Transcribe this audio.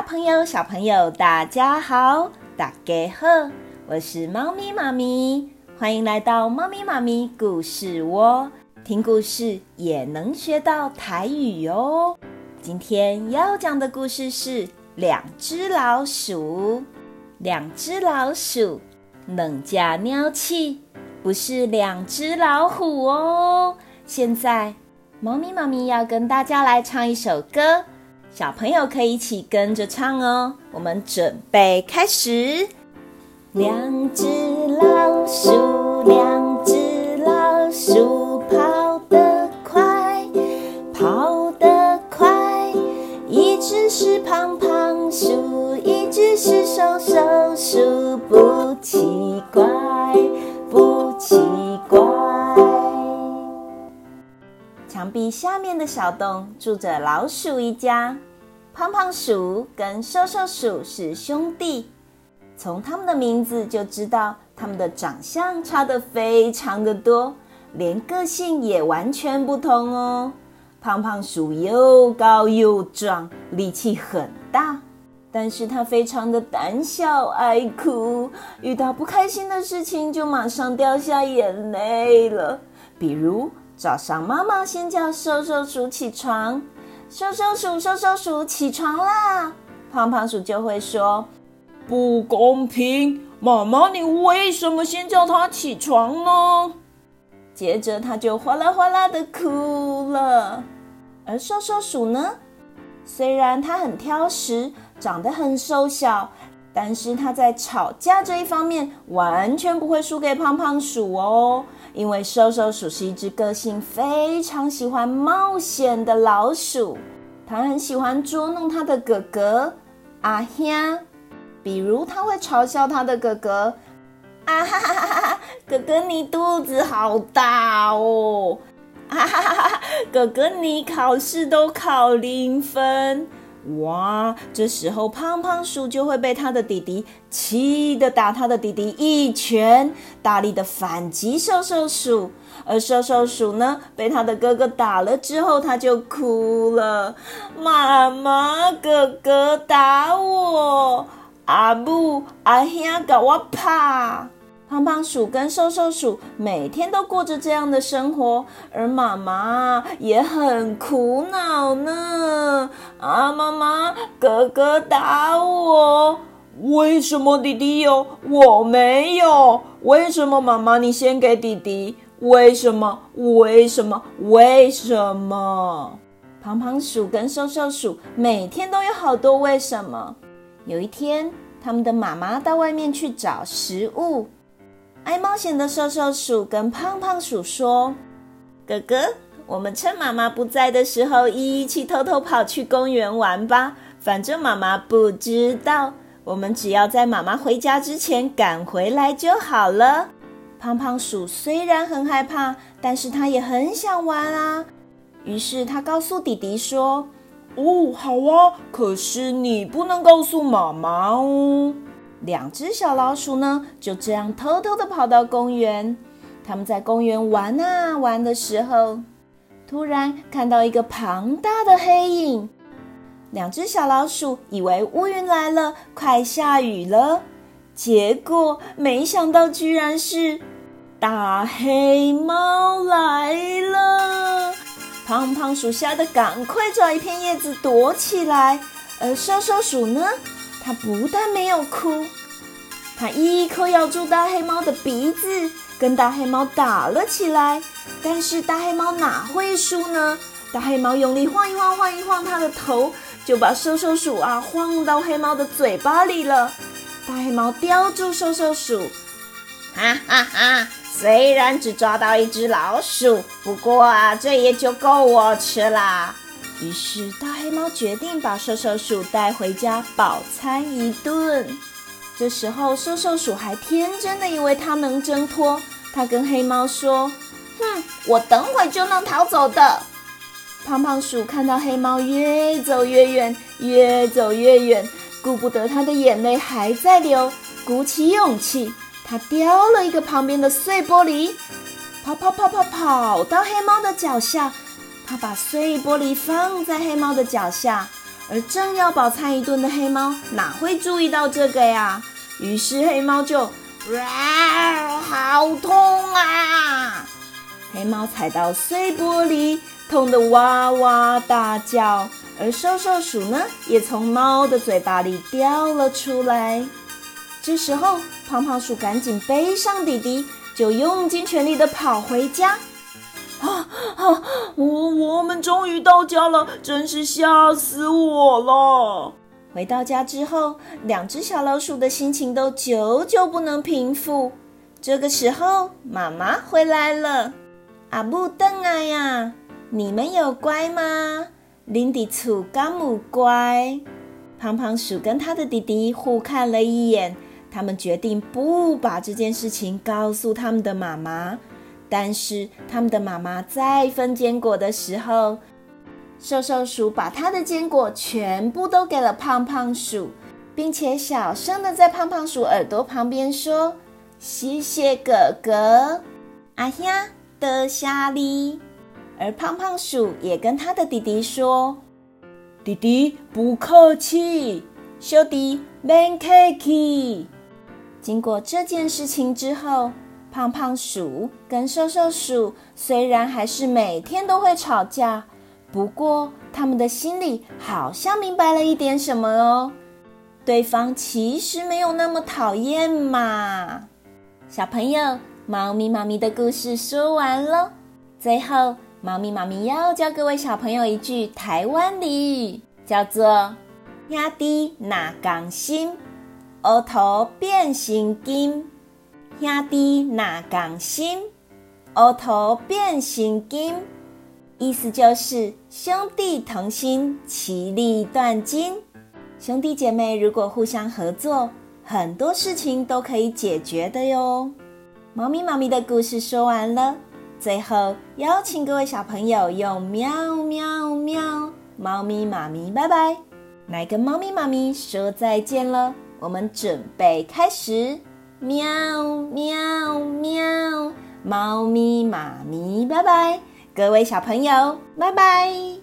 朋友、小朋友，大家好，大家好，我是猫咪妈咪，欢迎来到猫咪妈咪故事窝，听故事也能学到台语哦。今天要讲的故事是两只老鼠。两只老鼠，两只鸟气，不是两只老虎哦。现在，猫咪妈咪要跟大家来唱一首歌。小朋友可以一起跟着唱哦，我们准备开始。两只老鼠，两只老鼠，跑得快，跑得快。一只是胖胖鼠，一只是瘦瘦鼠，不奇怪，不奇怪。墙壁下面的小洞住着老鼠一家，胖胖鼠跟瘦瘦鼠是兄弟，从他们的名字就知道他们的长相差得非常的多，连个性也完全不同哦。胖胖鼠又高又壮，力气很大，但是他非常的胆小爱哭，遇到不开心的事情就马上掉下眼泪了。比如早上妈妈先叫瘦瘦鼠起床，瘦瘦鼠瘦瘦鼠起床啦，胖胖鼠就会说不公平，妈妈你为什么先叫他起床呢？接着他就哗啦哗啦的哭了。而瘦瘦鼠呢，虽然他很挑食，长得很瘦小，但是他在吵架这一方面完全不会输给胖胖鼠哦。因为瘦瘦鼠是一只个性非常喜欢冒险的老鼠，它很喜欢捉弄它的哥哥阿兄，比如它会嘲笑它的哥哥啊哈哈哈，哥哥你肚子好大哦，啊哈哈，哥哥你考试都考0分。哇，这时候胖胖鼠就会被他的弟弟气得打他的弟弟一拳，大力的反击瘦瘦鼠。而瘦瘦鼠呢，被他的哥哥打了之后，他就哭了，妈妈，哥哥打我，阿母阿兄给我打。胖胖鼠跟瘦瘦鼠每天都过着这样的生活，而妈妈也很苦恼呢。啊，妈妈，哥哥打我，为什么弟弟有，我没有？为什么妈妈你先给弟弟？为什么？为什么？为什么？胖胖鼠跟瘦瘦鼠每天都有好多为什么。有一天，他们的妈妈到外面去找食物。爱冒险的瘦瘦鼠跟胖胖鼠说，哥哥，我们趁妈妈不在的时候一起偷偷跑去公园玩吧，反正妈妈不知道，我们只要在妈妈回家之前赶回来就好了。胖胖鼠虽然很害怕，但是他也很想玩啊，于是他告诉弟弟说，哦，好啊，可是你不能告诉妈妈哦。两只小老鼠呢，就这样偷偷的跑到公园。他们在公园玩啊玩的时候，突然看到一个庞大的黑影。两只小老鼠以为乌云来了，快下雨了，结果没想到居然是大黑猫来了。胖胖鼠吓得赶快找一片叶子躲起来，而瘦瘦鼠呢，他不但没有哭，他一口咬住大黑猫的鼻子，跟大黑猫打了起来。但是大黑猫哪会输呢？大黑猫用力晃一晃晃一晃它的头，就把瘦瘦鼠晃到黑猫的嘴巴里了。大黑猫叼住瘦瘦鼠，哈哈哈，虽然只抓到一只老鼠，不过这也就够我吃啦。于是大黑猫决定把瘦瘦鼠带回家饱餐一顿。这时候瘦瘦鼠还天真的以为它能挣脱，它跟黑猫说，我等会就能逃走的。胖胖鼠看到黑猫越走越远，越走越远，顾不得它的眼泪还在流，鼓起勇气，它叼了一个旁边的碎玻璃，跑到黑猫的脚下。他把碎玻璃放在黑猫的脚下， 而正要饱餐一顿的黑猫哪会注意到这个呀？于是黑猫就好痛啊！黑猫踩到碎玻璃，痛得哇哇大叫，而瘦瘦鼠呢，也从猫的嘴巴里掉了出来。这时候，胖胖鼠赶紧背上弟弟，就用尽全力的跑回家。我们终于到家了，真是吓死我了！回到家之后，2只小老鼠的心情都久久不能平复。这个时候，妈妈回来了。阿母回来呀，你们有乖吗？恁的厝敢有乖？胖胖鼠跟他的弟弟互看了一眼，他们决定不把这件事情告诉他们的妈妈。但是他们的妈妈在分坚果的时候，瘦瘦鼠把他的坚果全部都给了胖胖鼠，并且小声的在胖胖鼠耳朵旁边说：谢谢哥哥，阿兄多谢你。而胖胖鼠也跟他的弟弟说：弟弟不客气，小弟免客气。经过这件事情之后，胖胖鼠跟瘦瘦鼠虽然还是每天都会吵架，不过他们的心里好像明白了一点什么哦，对方其实没有那么讨厌嘛。小朋友，猫咪妈咪的故事说完了，最后猫咪妈咪要教各位小朋友一句台湾俚语，叫做兄弟哪共心，乌头变成金。兄弟哪共心，乌头变成金。意思就是兄弟同心，其利断金。兄弟姐妹如果互相合作，很多事情都可以解决的哟。猫咪妈咪的故事说完了，最后邀请各位小朋友用喵喵喵，猫咪妈咪拜拜，来跟猫咪妈咪说再见了。我们准备开始，喵喵喵，猫咪妈咪拜拜，各位小朋友拜拜。